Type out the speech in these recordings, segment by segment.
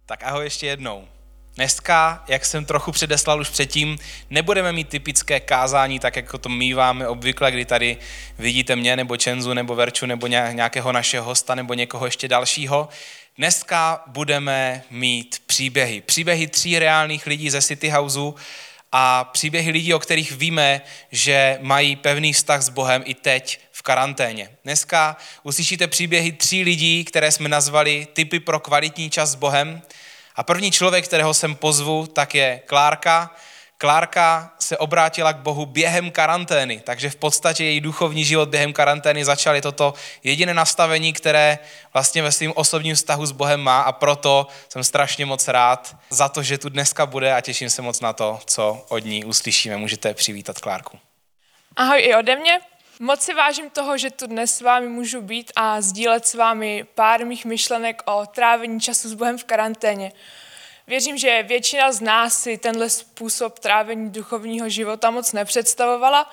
Tak ahoj ještě jednou. Dneska, jak jsem trochu předeslal už předtím, nebudeme mít typické kázání, tak jako to míváme obvykle, kdy tady vidíte mě, nebo Čenzu, nebo Verču, nebo nějakého našeho hosta, nebo někoho ještě dalšího. Dneska budeme mít příběhy. Příběhy 3 reálných lidí ze City Houseu a příběhy lidí, o kterých víme, že mají pevný vztah s Bohem i teď v karanténě. Dneska uslyšíte příběhy 3 lidí, které jsme nazvali tipy pro kvalitní čas s Bohem. A první člověk, kterého sem pozvu, tak je Klárka. Klárka se obrátila k Bohu během karantény, takže v podstatě její duchovní život během karantény začal. Je to jediné nastavení, které vlastně ve svém osobním vztahu s Bohem má, a proto jsem strašně moc rád za to, že tu dneska bude a těším se moc na to, co od ní uslyšíme. Můžete přivítat Klárku. Ahoj i ode mě. Moc si vážím toho, že tu dnes s vámi můžu být a sdílet s vámi pár mých myšlenek o trávení času s Bohem v karanténě. Věřím, že většina z nás si tenhle způsob trávení duchovního života moc nepředstavovala,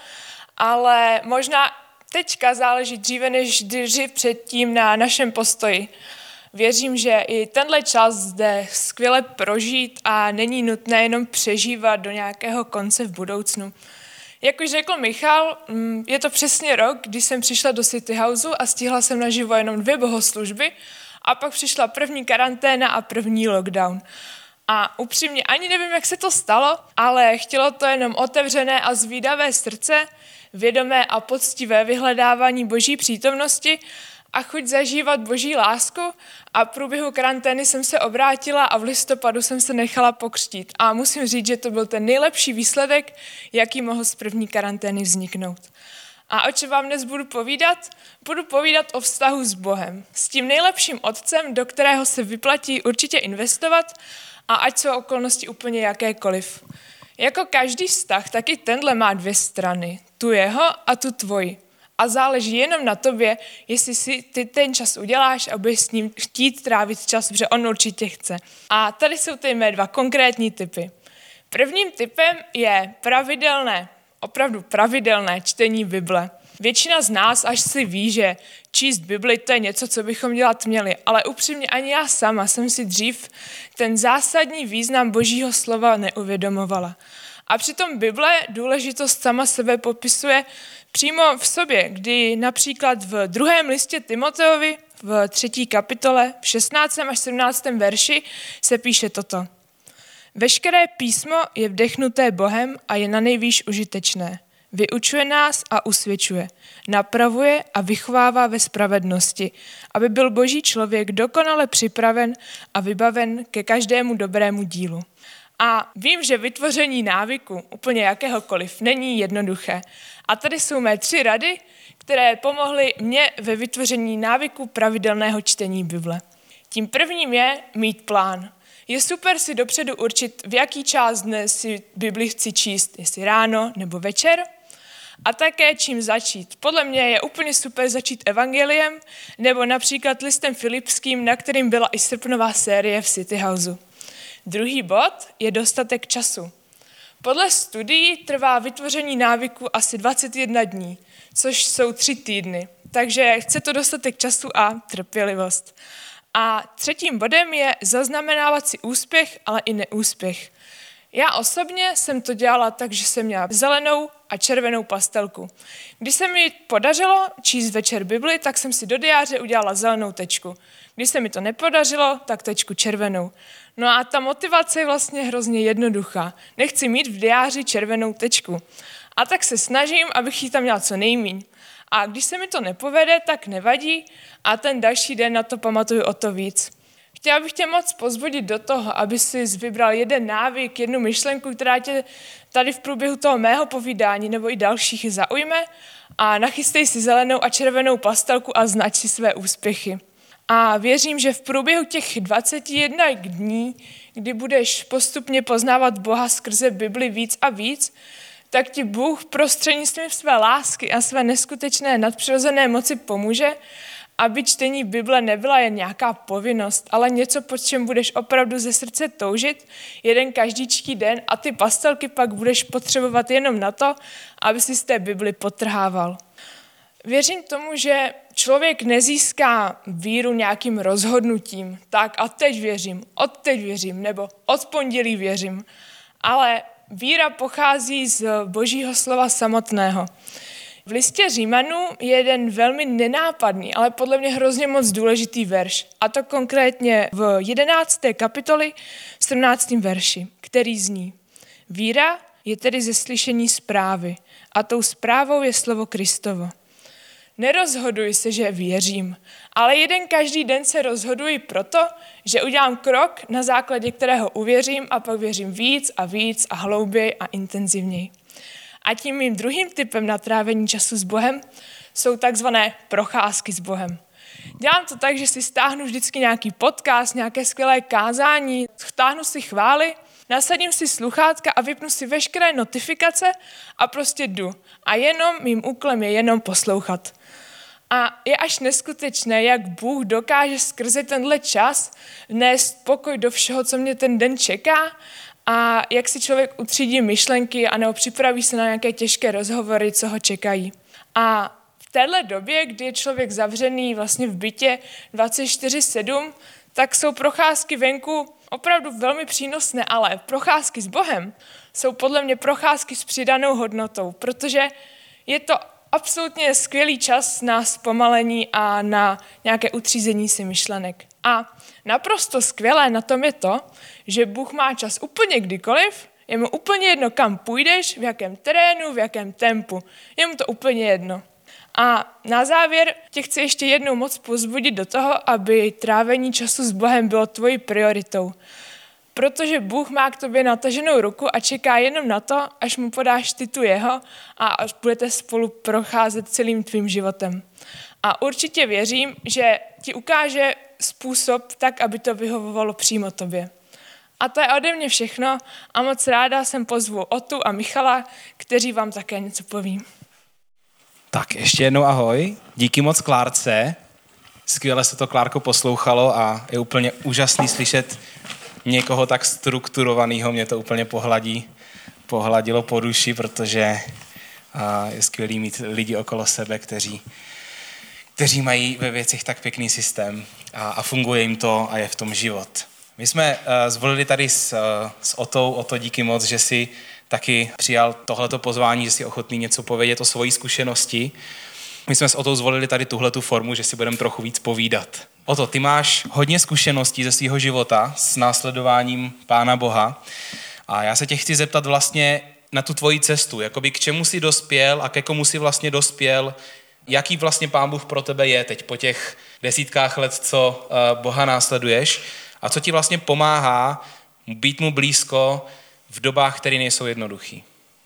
ale možná teďka záleží dříve než dřív předtím na našem postoji. Věřím, že i tenhle čas zde skvěle prožít a není nutné jenom přežívat do nějakého konce v budoucnu. Jak už řekl Michal, je to přesně rok, kdy jsem přišla do City Houseu a stihla jsem naživo jenom 2 bohoslužby a pak přišla první karanténa a první lockdown. A upřímně ani nevím, jak se to stalo, ale chtělo to jenom otevřené a zvídavé srdce, vědomé a poctivé vyhledávání Boží přítomnosti a chuť zažívat Boží lásku, a v průběhu karantény jsem se obrátila a v listopadu jsem se nechala pokřtít. A musím říct, že to byl ten nejlepší výsledek, jaký mohl z první karantény vzniknout. A o čem vám dnes budu povídat? Budu povídat o vztahu s Bohem. S tím nejlepším otcem, do kterého se vyplatí určitě investovat, a ať jsou okolnosti úplně jakékoliv. Jako každý vztah, tak i tenhle má 2 strany. Tu jeho a tu tvoji. A záleží jenom na tobě, jestli si ty ten čas uděláš a budeš s ním chtít trávit čas, protože on určitě chce. A tady jsou ty mé 2 konkrétní tipy. Prvním tipem je opravdu pravidelné čtení Bible. Většina z nás až si ví, že číst Bibli to je něco, co bychom dělat měli, ale upřímně ani já sama jsem si dřív ten zásadní význam Božího slova neuvědomovala. A přitom Bible důležitost sama sebe popisuje přímo v sobě, kdy například v 2. listě Timoteovi v 3. kapitole v 16. až 17. verši se píše toto. Veškeré písmo je vdechnuté Bohem a je na nejvýš užitečné. Vyučuje nás a usvědčuje, napravuje a vychovává ve spravedlnosti, aby byl Boží člověk dokonale připraven a vybaven ke každému dobrému dílu. A vím, že vytvoření návyku, úplně jakéhokoliv, není jednoduché. A tady jsou mé 3 rady, které pomohly mně ve vytvoření návyku pravidelného čtení Bible. Tím prvním je mít plán. Je super si dopředu určit, v jaký čas dne si Bibli chci číst, jestli ráno nebo večer. A také čím začít. Podle mě je úplně super začít evangeliem nebo například listem Filipským, na kterým byla i srpnová série v City Houseu. Druhý bod je dostatek času. Podle studií trvá vytvoření návyku asi 21 dní, což jsou 3 týdny. Takže chce to dostatek času a trpělivost. A třetím bodem je zaznamenávat si úspěch, ale i neúspěch. Já osobně jsem to dělala tak, že jsem měla zelenou a červenou pastelku. Když se mi podařilo číst večer Bibli, tak jsem si do diáře udělala zelenou tečku. Když se mi to nepodařilo, tak tečku červenou. No a ta motivace je vlastně hrozně jednoduchá. Nechci mít v diáři červenou tečku. A tak se snažím, abych ji tam měla co nejmíň. A když se mi to nepovede, tak nevadí a ten další den na to pamatuju o to víc. Chtěla bych tě moc pozbudit do toho, aby si vybral jeden návyk, jednu myšlenku, která tě tady v průběhu toho mého povídání nebo i dalších zaujme, a nachystej si zelenou a červenou pastelku a znač si své úspěchy. A věřím, že v průběhu těch 21 dní, kdy budeš postupně poznávat Boha skrze Bibli víc a víc, tak ti Bůh prostřednictvím své lásky a své neskutečné nadpřirozené moci pomůže, aby čtení Bible nebyla jen nějaká povinnost, ale něco, po čem budeš opravdu ze srdce toužit jeden každýčký den, a ty pastelky pak budeš potřebovat jenom na to, aby si z té Bibli potrhával. Věřím tomu, že člověk nezíská víru nějakým rozhodnutím, tak a teď věřím, nebo od pondělí věřím, ale víra pochází z Božího slova samotného. V listě Římanů je jeden velmi nenápadný, ale podle mě hrozně moc důležitý verš, a to konkrétně v 11. kapitoli v 17. verši, který zní: Víra je tedy ze slyšení zprávy a tou zprávou je slovo Kristovo. Nerozhoduji se, že věřím, ale jeden každý den se rozhoduji proto, že udělám krok, na základě kterého uvěřím a pak věřím víc a hlouběji a intenzivněji. A tím mým druhým typem na trávení času s Bohem jsou takzvané procházky s Bohem. Dělám to tak, že si stáhnu vždycky nějaký podcast, nějaké skvělé kázání, stáhnu si chvály, nasadím si sluchátka a vypnu si veškeré notifikace a prostě jdu. A mým úkolem je jenom poslouchat. A je až neskutečné, jak Bůh dokáže skrze tenhle čas vnést pokoj do všeho, co mě ten den čeká, a jak si člověk utřídí myšlenky anebo připraví se na nějaké těžké rozhovory, co ho čekají. A v téhle době, kdy je člověk zavřený vlastně v bytě 24/7, tak jsou procházky venku opravdu velmi přínosné, ale procházky s Bohem jsou podle mě procházky s přidanou hodnotou, protože je to absolutně skvělý čas na zpomalení a na nějaké utřízení si myšlenek. A naprosto skvělé na tom je to, že Bůh má čas úplně kdykoliv, je mu úplně jedno, kam půjdeš, v jakém terénu, v jakém tempu. Je mu to úplně jedno. A na závěr tě chci ještě jednou moc povzbudit do toho, aby trávení času s Bohem bylo tvojí prioritou. Protože Bůh má k tobě nataženou ruku a čeká jenom na to, až mu podáš ty tu jeho a až budete spolu procházet celým tvým životem. A určitě věřím, že ti ukáže způsob tak, aby to vyhovovalo přímo tobě. A to je ode mě všechno a moc ráda jsem pozvu Otu a Michala, kteří vám také něco poví. Tak ještě jednou ahoj, díky moc Klárce, skvěle se to, Klárko, poslouchalo a je úplně úžasný slyšet někoho tak strukturovaného, mě to úplně pohladilo po duši, protože je skvělý mít lidi okolo sebe, kteří mají ve věcech tak pěkný systém a funguje jim to a je v tom život. My jsme zvolili tady s Otou, Oto, díky moc, že si taky přijal tohleto pozvání, že si ochotný něco povědět o svojí zkušenosti. My jsme s Otou zvolili tady tuhletu formu, že si budeme trochu víc povídat. Oto, ty máš hodně zkušeností ze svého života s následováním Pána Boha a já se tě chci zeptat vlastně na tu tvoji cestu, jakoby k čemu jsi dospěl a ke komu jsi vlastně dospěl, jaký vlastně Pán Bůh pro tebe je teď po těch desítkách let, co Boha následuješ a co ti vlastně pomáhá být mu blízko v dobách, které nejsou jednoduchý.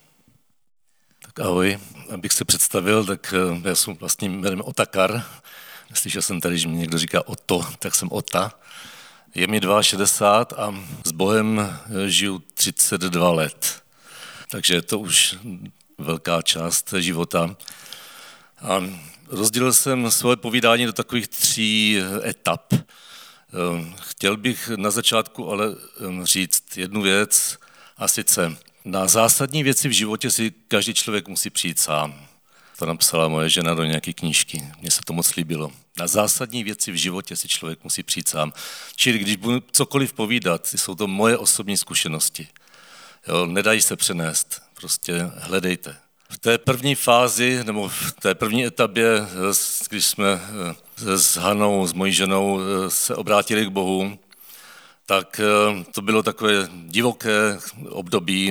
Tak ahoj, abych se představil, tak já jsem vlastně jmenuji Otakar. Slyšel jsem tady, že mi někdo říká Oto, tak jsem Ota. Je mi 62 a s Bohem žiju 32 let. Takže je to už velká část života. A rozdělil jsem svoje povídání do takových 3 etap. Chtěl bych na začátku ale říct jednu věc, a sice na zásadní věci v životě si každý člověk musí přijít sám. To napsala moje žena do nějaké knížky, mně se to moc líbilo. Na zásadní věci v životě si člověk musí přijít sám. Čili když budu cokoliv povídat, jsou to moje osobní zkušenosti. Jo, nedají se přenést, prostě hledejte. V té první fázi, nebo v té první etapě, když jsme s Hanou, s mojí ženou, se obrátili k Bohu, tak to bylo takové divoké období,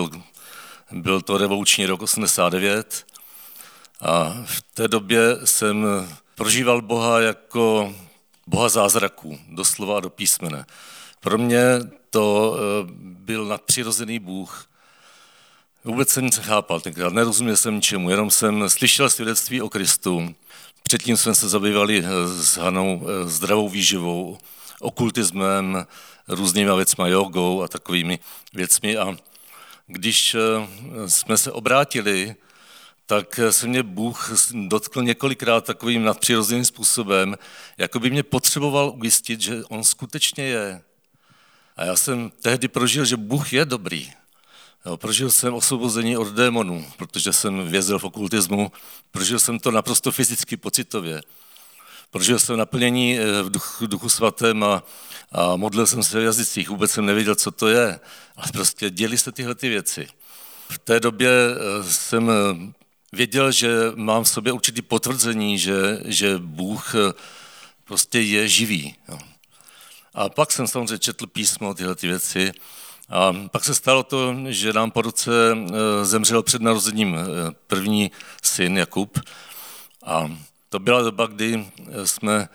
byl to revoluční rok 89 a v té době jsem prožíval Boha jako Boha zázraků, doslova a do písmene. Pro mě to byl nadpřirozený Bůh. Vůbec jsem nic nechápal, tenkrát nerozuměl jsem ničemu, jenom jsem slyšel svědectví o Kristu. Předtím jsme se zabývali s Hanou zdravou výživou, okultismem, různýma věcma, jogou a takovými věcmi. A když jsme se obrátili, tak se mě Bůh dotkl několikrát takovým nadpřirozeným způsobem, jako by mě potřeboval ujistit, že on skutečně je. A já jsem tehdy prožil, že Bůh je dobrý. Jo, prožil jsem osvobození od démonů, protože jsem vězel v okultismu. Prožil jsem to naprosto fyzicky, pocitově. Prožil jsem naplnění v duchu svatém a modlil jsem se v jazycích. Vůbec jsem nevěděl, co to je, ale prostě děly se tyhle ty věci. V té době jsem věděl, že mám v sobě určitý potvrzení, že Bůh prostě je živý. Jo. A pak jsem samozřejmě četl písmo, tyhle ty věci. A pak se stalo to, že nám po roce zemřel před narozením první syn Jakub. A to byla doba, kdy jsme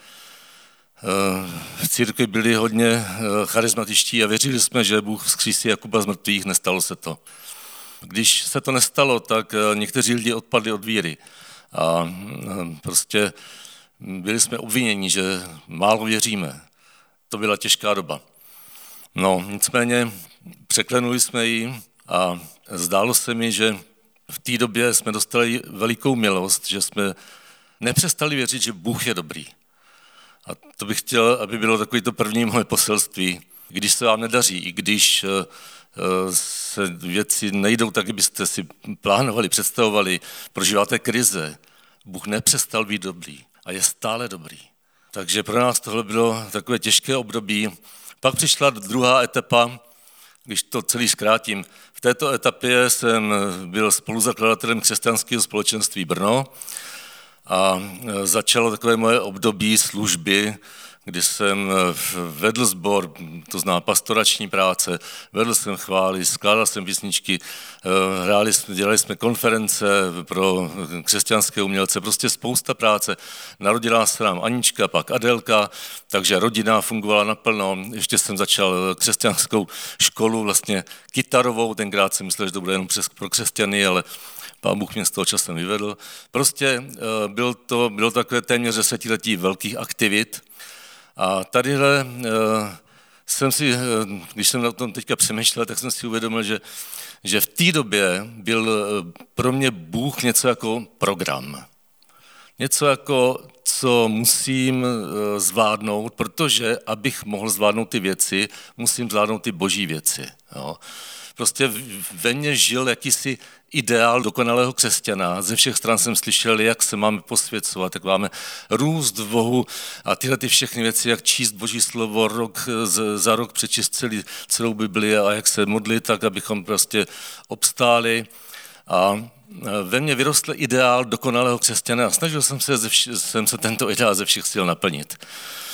v církvi byli hodně charismatičtí a věřili jsme, že Bůh vzkřísí Jakuba z mrtvých, nestalo se to. Když se to nestalo, tak někteří lidi odpadli od víry. A prostě byli jsme obviněni, že málo věříme. To byla těžká doba. No, nicméně překlenuli jsme ji a zdálo se mi, že v té době jsme dostali velikou milost, že jsme nepřestali věřit, že Bůh je dobrý. A to bych chtěl, aby bylo takové to první moje poselství. Když se vám nedaří, i když se věci nejdou tak, jak byste si plánovali, představovali, prožíváte krize, Bůh nepřestal být dobrý a je stále dobrý. Takže pro nás tohle bylo takové těžké období. Pak přišla druhá etapa, když to celý zkrátím. V této etapě jsem byl spoluzakladatelem křesťanského společenství Brno a začalo takové moje období služby, kdy jsem vedl sbor, to znamená pastorační práce, vedl jsem chvály, skládal jsem písničky, dělali jsme konference pro křesťanské umělce, prostě spousta práce. Narodila se nám Anička, pak Adelka, takže rodina fungovala naplno. Ještě jsem začal křesťanskou školu, vlastně kytarovou, tenkrát jsem myslel, že to bude jenom pro křesťany, ale Pán Bůh mě z toho časem vyvedl. Prostě bylo takové téměř 10letí velkých aktivit. A tadyhle jsem si, když jsem na tom teďka přemýšlel, tak jsem si uvědomil, že v té době byl pro mě Bůh něco jako program. Něco jako, co musím zvládnout, protože abych mohl zvládnout ty věci, musím zvládnout ty boží věci. Jo. Prostě ve mně žil jakýsi ideál dokonalého křesťana. Ze všech stran jsem slyšel, jak se máme posvěcovat, jak máme růst v Bohu a tyhle ty všechny věci, jak číst Boží slovo za rok, přečíst celou Bibli a jak se modlit, tak abychom prostě obstáli. A ve mně vyrostl ideál dokonalého křesťana a snažil jsem se tento ideál ze všech sil naplnit.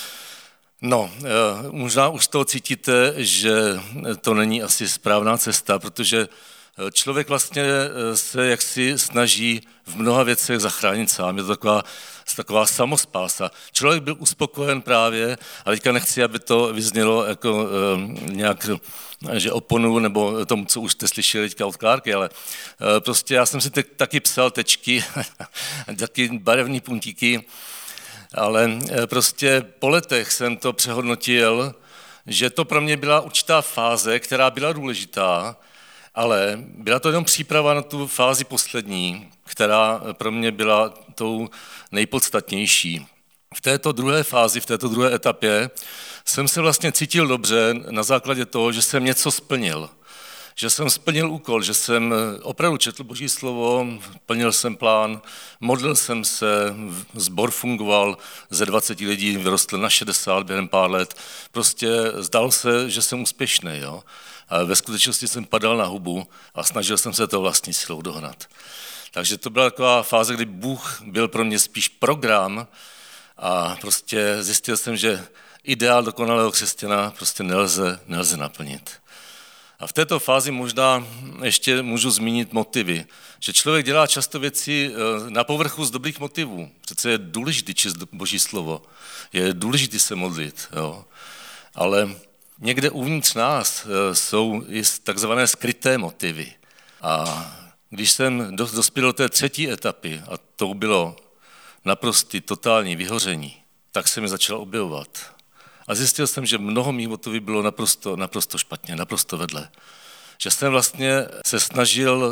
No, možná už z toho cítíte, že to není asi správná cesta, protože člověk vlastně se jaksi snaží v mnoha věcech zachránit sám. Je to taková samospása. Člověk byl uspokojen právě, ale teďka nechci, aby to vyznělo jako nějak, že oponu nebo tomu, co už jste slyšeli teďka od Klárky, ale prostě já jsem si taky psal tečky, taky barevný puntíky, ale prostě po letech jsem to přehodnotil, že to pro mě byla určitá fáze, která byla důležitá, ale byla to jenom příprava na tu fázi poslední, která pro mě byla tou nejpodstatnější. V této druhé fázi, v této druhé etapě jsem se vlastně cítil dobře na základě toho, že jsem něco splnil. Že jsem splnil úkol, že jsem opravdu četl Boží slovo, plnil jsem plán, modlil jsem se, sbor fungoval, ze 20 lidí vyrostl na 60 během pár let. Prostě zdalo se, že jsem úspěšný. Jo? A ve skutečnosti jsem padal na hubu a snažil jsem se to vlastní silou dohnat. Takže to byla taková fáze, kdy Bůh byl pro mě spíš program a prostě zjistil jsem, že ideál dokonalého křesťana prostě nelze naplnit. A v této fázi možná ještě můžu zmínit motivy. Že člověk dělá často věci na povrchu z dobrých motivů. Přece je důležité číst Boží slovo. Je důležité se modlit. Jo. Ale někde uvnitř nás jsou i takzvané skryté motivy. A když jsem dospěl do té třetí etapy, a to bylo naprostý totální vyhoření, tak se mi začal objevovat. A zjistil jsem, že mnoho mých motivů bylo naprosto špatně, naprosto vedle. Že jsem vlastně se snažil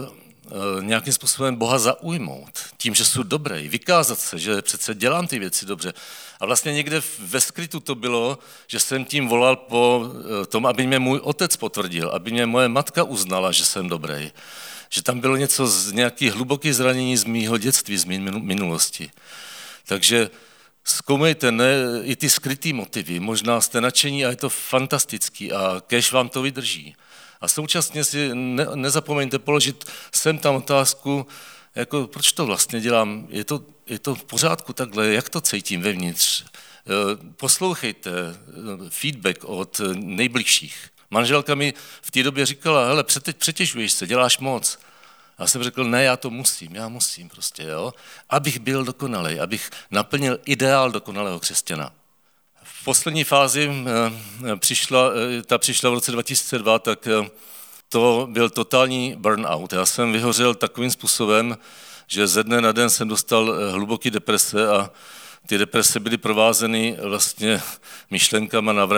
nějakým způsobem Boha zaujmout, tím, že jsou dobrý, vykázat se, že přece dělám ty věci dobře. A vlastně někde ve skrytu to bylo, že jsem tím volal po tom, aby mě můj otec potvrdil, aby mě moje matka uznala, že jsem dobrý. Že tam bylo něco z nějakých hlubokých zranění z mýho dětství, z mé minulosti. Takže zkoumejte i ty skrytý motivy, možná jste nadšení a je to fantastický a kéž vám to vydrží. A současně si nezapomeňte položit sem tam otázku, jako proč to vlastně dělám, je to v pořádku takhle, jak to cítím vevnitř. Poslouchejte feedback od nejbližších. Manželka mi v té době říkala, hele, přetěžuješ se, děláš moc. A já jsem řekl, ne, já musím prostě, jo, abych byl dokonalej, abych naplnil ideál dokonalého křesťana. V poslední fázi přišla v roce 2002, tak to byl totální burnout. Já jsem vyhořel takovým způsobem, že ze dne na den jsem dostal hluboký deprese a ty deprese byly provázeny vlastně myšlenkama na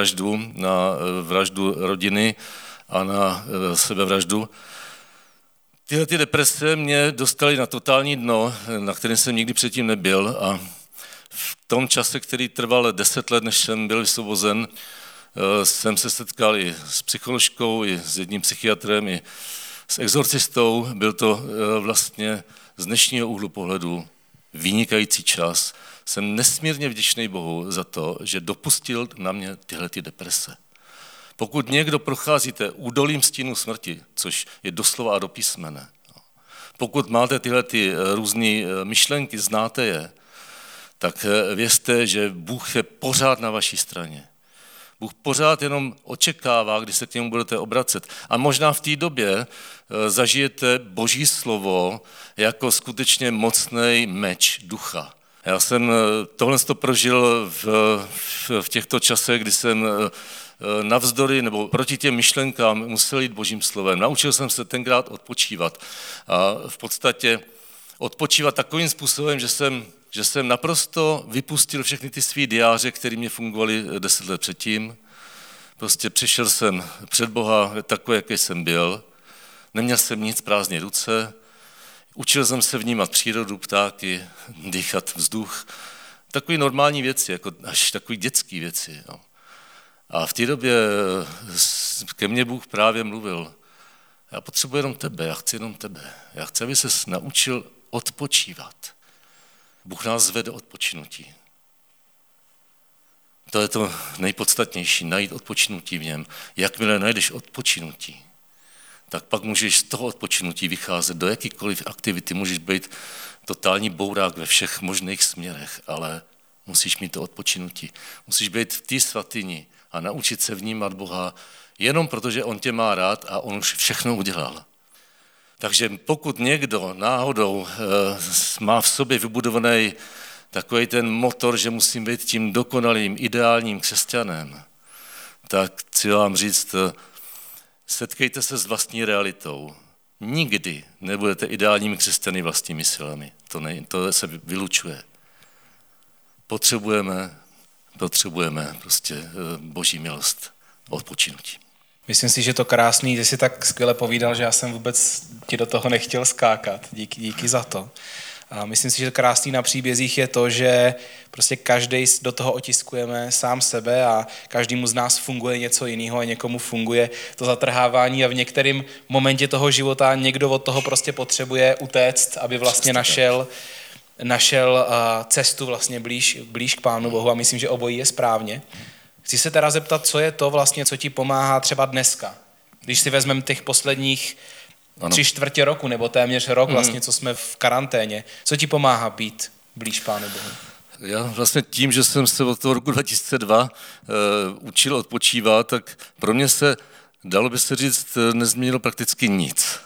vraždu rodiny a na sebevraždu. Tyhle ty deprese mě dostaly na totální dno, na kterém jsem nikdy předtím nebyl a v tom čase, který trval 10 let, než jsem byl vysvobozen, jsem se setkal i s psycholožkou, i s jedním psychiatrem, i s exorcistou. Byl to vlastně z dnešního úhlu pohledu vynikající čas. Jsem nesmírně vděčný Bohu za to, že dopustil na mě tyhle ty deprese. Pokud někdo procházíte údolím stínu smrti, což je doslova a do písmene, pokud máte tyhle ty různé myšlenky, znáte je, tak vězte, že Bůh je pořád na vaší straně. Bůh pořád jenom očekává, kdy se k němu budete obracet. A možná v té době zažijete Boží slovo jako skutečně mocný meč ducha. Já jsem tohle prožil v těchto časech, kdy jsem navzdory nebo proti těm myšlenkám musel jít Božím slovem. Naučil jsem se tenkrát odpočívat. A v podstatě odpočívat takovým způsobem, že jsem naprosto vypustil všechny ty svý diáře, které mě fungovaly 10 let předtím. Prostě přišel jsem před Boha takový, jaký jsem byl. Neměl jsem nic, prázdné ruce. Učil jsem se vnímat přírodu, ptáky, dýchat vzduch. Takové normální věci, jako až takové dětské věci. Jo. A v té době ke mně Bůh právě mluvil. Já potřebuji jenom tebe, já chci jenom tebe. Já chci, aby ses naučil odpočívat. Bůh nás zvede odpočinutí. To je to nejpodstatnější, najít odpočinutí v něm. Jakmile najdeš odpočinutí, tak pak můžeš z toho odpočinutí vycházet do jakýkoliv aktivity, můžeš být totální bourák ve všech možných směrech, ale musíš mít to odpočinutí. Musíš být v té svatyni a naučit se vnímat Boha jenom protože on tě má rád a on už všechno udělal. Takže pokud někdo náhodou má v sobě vybudovaný takový ten motor, že musím být tím dokonalým, ideálním křesťanem, tak chci vám říct, setkejte se s vlastní realitou. Nikdy nebudete ideálními křesťany vlastními silami. To se vylučuje. Potřebujeme prostě Boží milost a odpočinutí. Myslím si, že to krásný, ty jsi tak skvěle povídal, že já jsem vůbec ti do toho nechtěl skákat. Díky za to. A myslím si, že krásný na příbězích je to, že prostě každý do toho otiskujeme sám sebe a každému z nás funguje něco jiného a někomu funguje to zatrhávání a v některém momentě toho života někdo od toho prostě potřebuje utéct, aby vlastně našel cestu vlastně blíž k Pánu Bohu a myslím, že obojí je správně. Chci se teda zeptat, co je to vlastně, co ti pomáhá třeba dneska, když si vezmeme těch posledních 3/4 roku nebo téměř rok vlastně, co jsme v karanténě. Co ti pomáhá být blíž Pánu Bohu? Já vlastně tím, že jsem se od toho roku 2002 učil odpočívat, tak pro mě se, dalo by se říct, nezměnilo prakticky nic.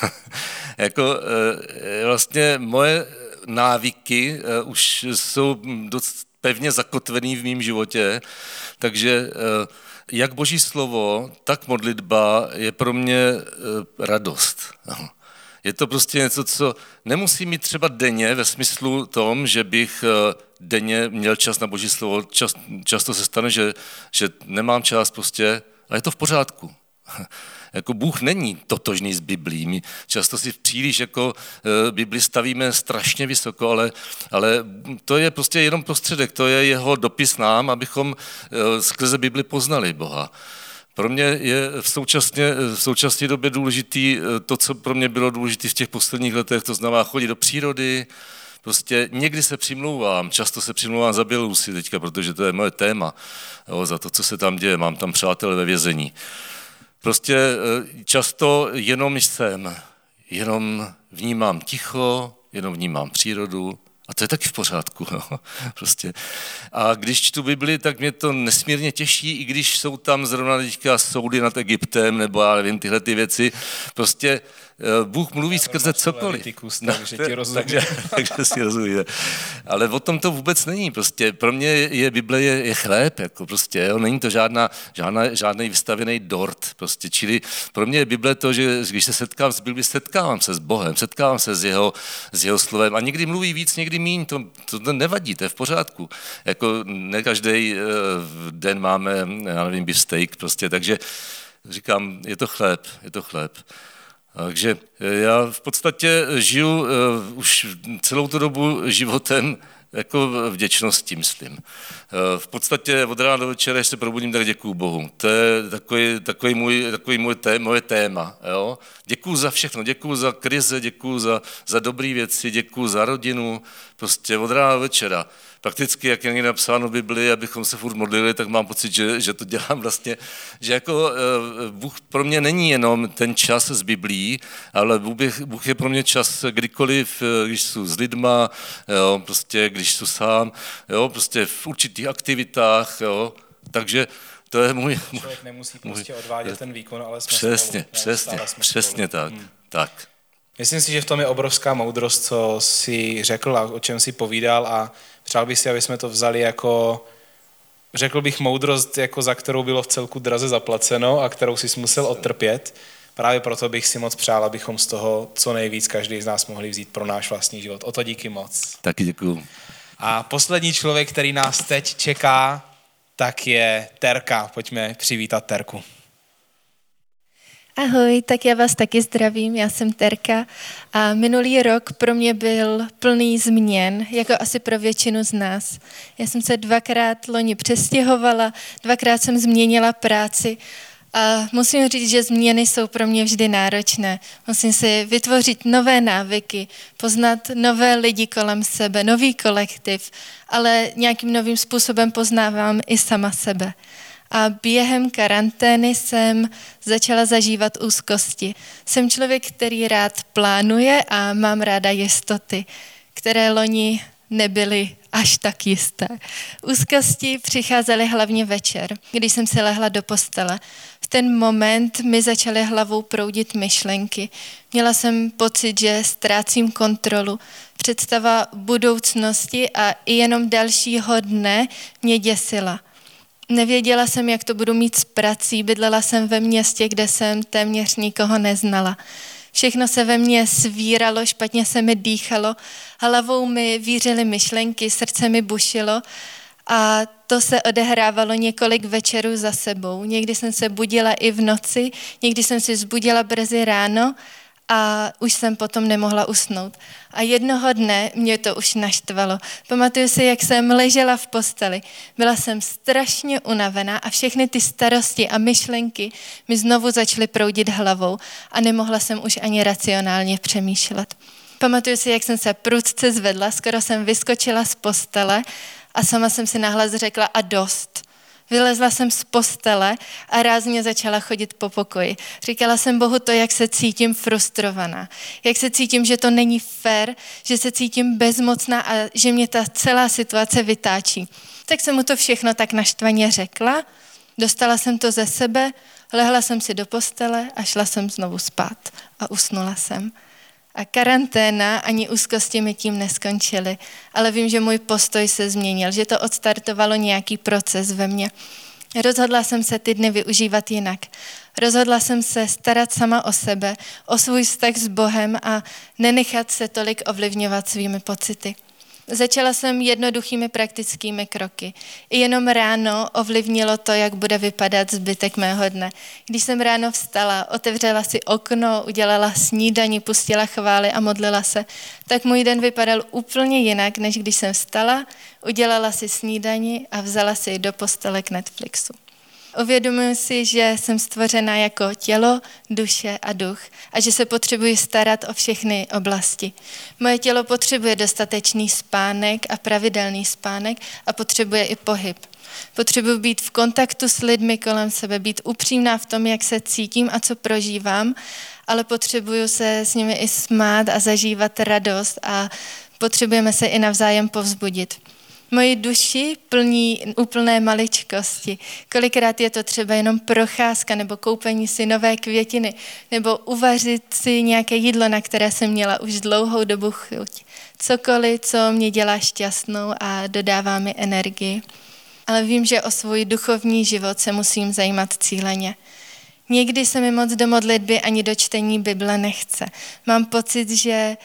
Vlastně moje návyky už jsou dost pevně zakotvený v mém životě, takže jak Boží slovo, tak modlitba je pro mě radost. Je to prostě něco, co nemusí mít třeba denně ve smyslu tom, že bych denně měl čas na Boží slovo. Často se stane, že nemám čas prostě, a je to v pořádku. Jako Bůh není totožný s Biblí. My často si příliš jako Bibli stavíme strašně vysoko, ale to je prostě jenom prostředek, to je jeho dopis nám, abychom skrze Bibli poznali Boha. Pro mě je v současné době důležitý to, co pro mě bylo důležité v těch posledních letech, to znamená chodit do přírody. Prostě někdy se přimlouvám, často se přimlouvám za Bělorusy teďka, protože to je moje téma, jo, za to, co se tam děje, mám tam přátelé ve vězení. Prostě často jenom jsem, jenom vnímám ticho, jenom vnímám přírodu a to je taky v pořádku. No. Prostě. A když čtu Bibli, tak mě to nesmírně těší, i když jsou tam zrovna teďka soudy nad Egyptem nebo já nevím, tyhle ty věci. Prostě Bůh mluví skrze cokoliv. Takže ti rozumím. Takže si rozumíme. Ale o tom to vůbec není. Prostě pro mě je Bible je chléb. Jako prostě, jo? Není to žádný vystavený dort. Prostě. Čili pro mě je Bible to, že když se setkám s Biblí, setkávám se s Bohem, setkávám se s jeho slovem. A někdy mluví víc, někdy míň. To nevadí, to je v pořádku. Jako ne každý den máme, já nevím, beefsteak. Prostě. Takže říkám, je to chléb. Takže já v podstatě žiju už celou tu dobu životem jako vděčností, myslím. V podstatě od rána do večera, když se probudím, tak děkuju Bohu. To je moje téma. Jo? Děkuju za všechno, děkuju za krize, děkuju za dobré věci, děkuju za rodinu, prostě od rána do večera. Prakticky, jak je napsáno v Biblii, abychom se furt modlili, tak mám pocit, že to dělám vlastně, že jako Bůh pro mě není jenom ten čas z Biblí, ale Bůh je pro mě čas kdykoliv, když jsou s lidma, jo, prostě když jsou sám, jo, prostě v určitých aktivitách, jo, takže to je můj... Člověk nemusí prostě odvádět ten výkon, ale jsme Přesně tak. Tak. Myslím si, že v tom je obrovská moudrost, co jsi řekl a o čem jsi povídal a přál bych si, aby jsme to vzali jako, řekl bych, moudrost, jako za kterou bylo v celku draze zaplaceno a kterou jsi musel odtrpět. Právě proto bych si moc přál, abychom z toho co nejvíc každý z nás mohli vzít pro náš vlastní život. O to díky moc. Taky děkuju. A poslední člověk, který nás teď čeká, tak je Terka. Pojďme přivítat Terku. Ahoj, tak já vás taky zdravím, já jsem Terka a minulý rok pro mě byl plný změn, jako asi pro většinu z nás. Já jsem se 2krát loni přestěhovala, 2krát jsem změnila práci a musím říct, že změny jsou pro mě vždy náročné. Musím si vytvořit nové návyky, poznat nové lidi kolem sebe, nový kolektiv, ale nějakým novým způsobem poznávám i sama sebe. A během karantény jsem začala zažívat úzkosti. Jsem člověk, který rád plánuje a mám ráda jistoty, které loni nebyly až tak jisté. Úzkosti přicházely hlavně večer, když jsem si lehla do postele. V ten moment mi začaly hlavou proudit myšlenky. Měla jsem pocit, že ztrácím kontrolu. Představa budoucnosti a i jenom dalšího dne mě děsila. Nevěděla jsem, jak to budu mít s prací, bydlela jsem ve městě, kde jsem téměř nikoho neznala. Všechno se ve mně svíralo, špatně se mi dýchalo, hlavou mi vířily myšlenky, srdce mi bušilo a to se odehrávalo několik večerů za sebou. Někdy jsem se budila i v noci, někdy jsem si vzbudila brzy ráno a už jsem potom nemohla usnout. A jednoho dne mě to už naštvalo. Pamatuju si, jak jsem ležela v posteli. Byla jsem strašně unavená a všechny ty starosti a myšlenky mi znovu začaly proudit hlavou a nemohla jsem už ani racionálně přemýšlet. Pamatuju si, jak jsem se prudce zvedla, skoro jsem vyskočila z postele a sama jsem si nahlas řekla a dost. Vylezla jsem z postele a rázně začala chodit po pokoji. Říkala jsem Bohu to, jak se cítím frustrovaná, jak se cítím, že to není fér, že se cítím bezmocná a že mě ta celá situace vytáčí. Tak jsem mu to všechno tak naštvaně řekla, dostala jsem to ze sebe, lehla jsem si do postele a šla jsem znovu spát a usnula jsem. A karanténa ani úzkosti mi tím neskončily, ale vím, že můj postoj se změnil, že to odstartovalo nějaký proces ve mně. Rozhodla jsem se ty dny využívat jinak. Rozhodla jsem se starat sama o sebe, o svůj vztah s Bohem a nenechat se tolik ovlivňovat svými pocity. Začala jsem jednoduchými praktickými kroky. I jenom ráno ovlivnilo to, jak bude vypadat zbytek mého dne. Když jsem ráno vstala, otevřela si okno, udělala snídani, pustila chvály a modlila se, tak můj den vypadal úplně jinak, než když jsem vstala, udělala si snídani a vzala si ji do postele k Netflixu. Uvědomuji si, že jsem stvořena jako tělo, duše a duch a že se potřebuji starat o všechny oblasti. Moje tělo potřebuje dostatečný spánek a pravidelný spánek a potřebuje i pohyb. Potřebuji být v kontaktu s lidmi kolem sebe, být upřímná v tom, jak se cítím a co prožívám, ale potřebuju se s nimi i smát a zažívat radost a potřebujeme se i navzájem povzbudit. Moji duši plní úplné maličkosti. Kolikrát je to třeba jenom procházka nebo koupení si nové květiny nebo uvařit si nějaké jídlo, na které jsem měla už dlouhou dobu chuť. Cokoliv, co mě dělá šťastnou a dodává mi energii. Ale vím, že o svůj duchovní život se musím zajímat cíleně. Někdy se mi moc do modlitby ani do čtení Bible nechce. Mám pocit, že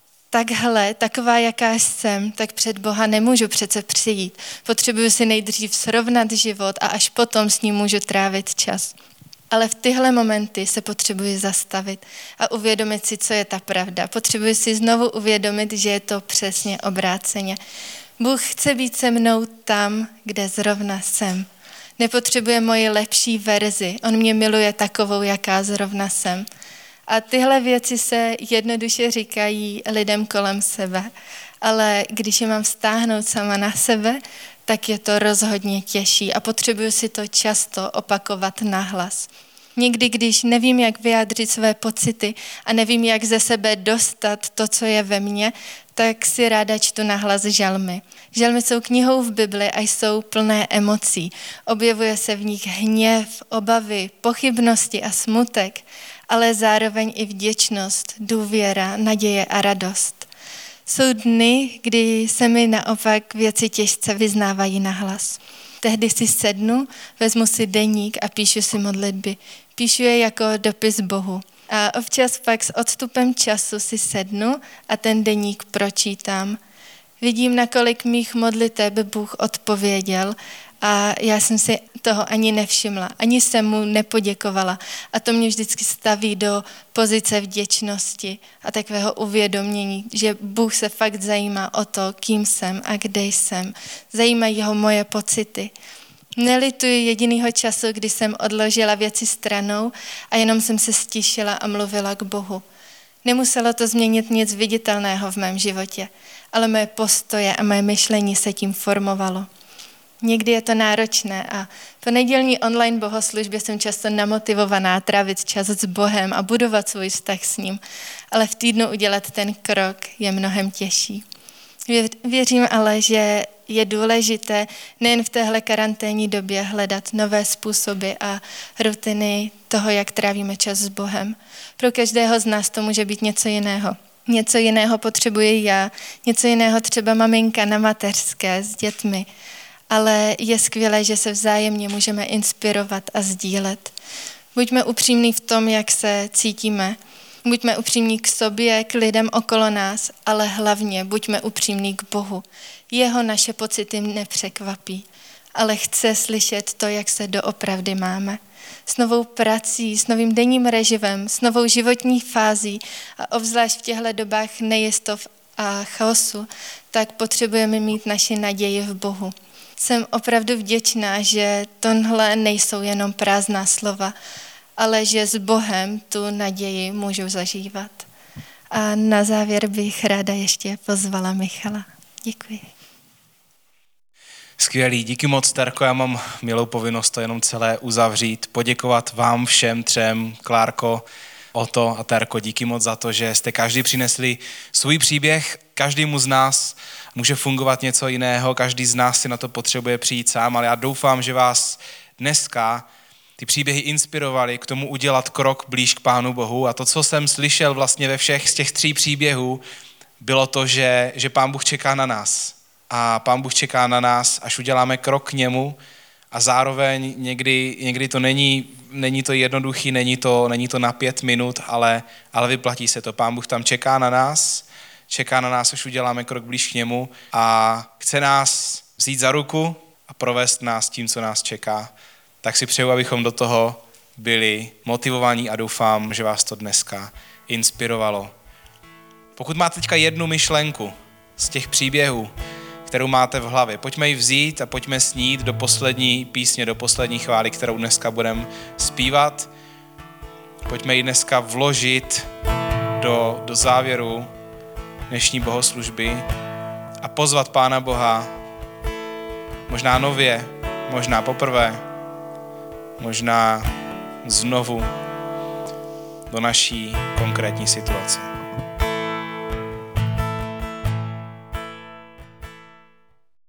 taková, jaká jsem, tak před Boha nemůžu přece přijít. Potřebuju si nejdřív srovnat život a až potom s ním můžu trávit čas. Ale v tyhle momenty se potřebuji zastavit a uvědomit si, co je ta pravda. Potřebuji si znovu uvědomit, že je to přesně obráceně. Bůh chce být se mnou tam, kde zrovna jsem. Nepotřebuje moji lepší verzi. On mě miluje takovou, jaká zrovna jsem. A tyhle věci se jednoduše říkají lidem kolem sebe, ale když je mám vztáhnout sama na sebe, tak je to rozhodně těžší a potřebuju si to často opakovat nahlas. Někdy, když nevím, jak vyjádřit své pocity a nevím, jak ze sebe dostat to, co je ve mně, tak si ráda čtu nahlas žalmy. Žalmy jsou knihou v Bibli a jsou plné emocí. Objevuje se v nich hněv, obavy, pochybnosti a smutek, ale zároveň i vděčnost, důvěra, naděje a radost. Jsou dny, kdy se mi naopak věci těžce vyznávají nahlas. Tehdy si sednu, vezmu si deník a píšu si modlitby. Píšu je jako dopis Bohu. A občas pak s odstupem času si sednu a ten deník pročítám. Vidím, nakolik mých modliteb Bůh odpověděl a já jsem si toho ani nevšimla, ani jsem mu nepoděkovala. A to mě vždycky staví do pozice vděčnosti a takového uvědomění, že Bůh se fakt zajímá o to, kým jsem a kde jsem. Zajímají ho moje pocity. Nelituji jedinýho času, kdy jsem odložila věci stranou a jenom jsem se stišila a mluvila k Bohu. Nemuselo to změnit nic viditelného v mém životě, ale moje postoje a moje myšlení se tím formovalo. Někdy je to náročné a po nedělní online bohoslužbě jsem často namotivovaná trávit čas s Bohem a budovat svůj vztah s ním, ale v týdnu udělat ten krok je mnohem těžší. Věřím ale, že je důležité nejen v téhle karanténní době hledat nové způsoby a rutiny toho, jak trávíme čas s Bohem. Pro každého z nás to může být něco jiného. Něco jiného potřebuji já, něco jiného třeba maminka na mateřské s dětmi. Ale je skvělé, že se vzájemně můžeme inspirovat a sdílet. Buďme upřímní v tom, jak se cítíme. Buďme upřímní k sobě, k lidem okolo nás, ale hlavně buďme upřímní k Bohu. Jeho naše pocity nepřekvapí, ale chce slyšet to, jak se doopravdy máme. S novou prací, s novým denním režimem, s novou životní fází a obzvlášť v těchto dobách nejistot a chaosu, tak potřebujeme mít naši naději v Bohu. Jsem opravdu vděčná, že tohle nejsou jenom prázdná slova, ale že s Bohem tu naději můžu zažívat. A na závěr bych ráda ještě pozvala Michala. Děkuji. Skvělý, díky moc, Terko, já mám milou povinnost to jenom celé uzavřít, poděkovat vám všem třem, Klárko, Oto a Terko, díky moc za to, že jste každý přinesli svůj příběh, každému z nás může fungovat něco jiného, každý z nás si na to potřebuje přijít sám, ale já doufám, že vás dneska ty příběhy inspirovaly k tomu udělat krok blíž k Pánu Bohu a to, co jsem slyšel vlastně ve všech z těch 3 příběhů, bylo to, že Pán Bůh čeká na nás. A Pán Bůh čeká na nás, až uděláme krok k němu a zároveň někdy to není to jednoduchý, není to na 5 minut, ale vyplatí se to. Pán Bůh tam čeká na nás, čeká na nás, až uděláme krok blíž k němu a chce nás vzít za ruku a provést nás tím, co nás čeká. Tak si přeju, abychom do toho byli motivovaní a doufám, že vás to dneska inspirovalo. Pokud máte teďka jednu myšlenku z těch příběhů, kterou máte v hlavě, pojďme ji vzít a pojďme snít do poslední písně, do poslední chvály, kterou dneska budeme zpívat. Pojďme ji dneska vložit do závěru dnešní bohoslužby a pozvat Pána Boha možná nově, možná poprvé, možná znovu do naší konkrétní situace.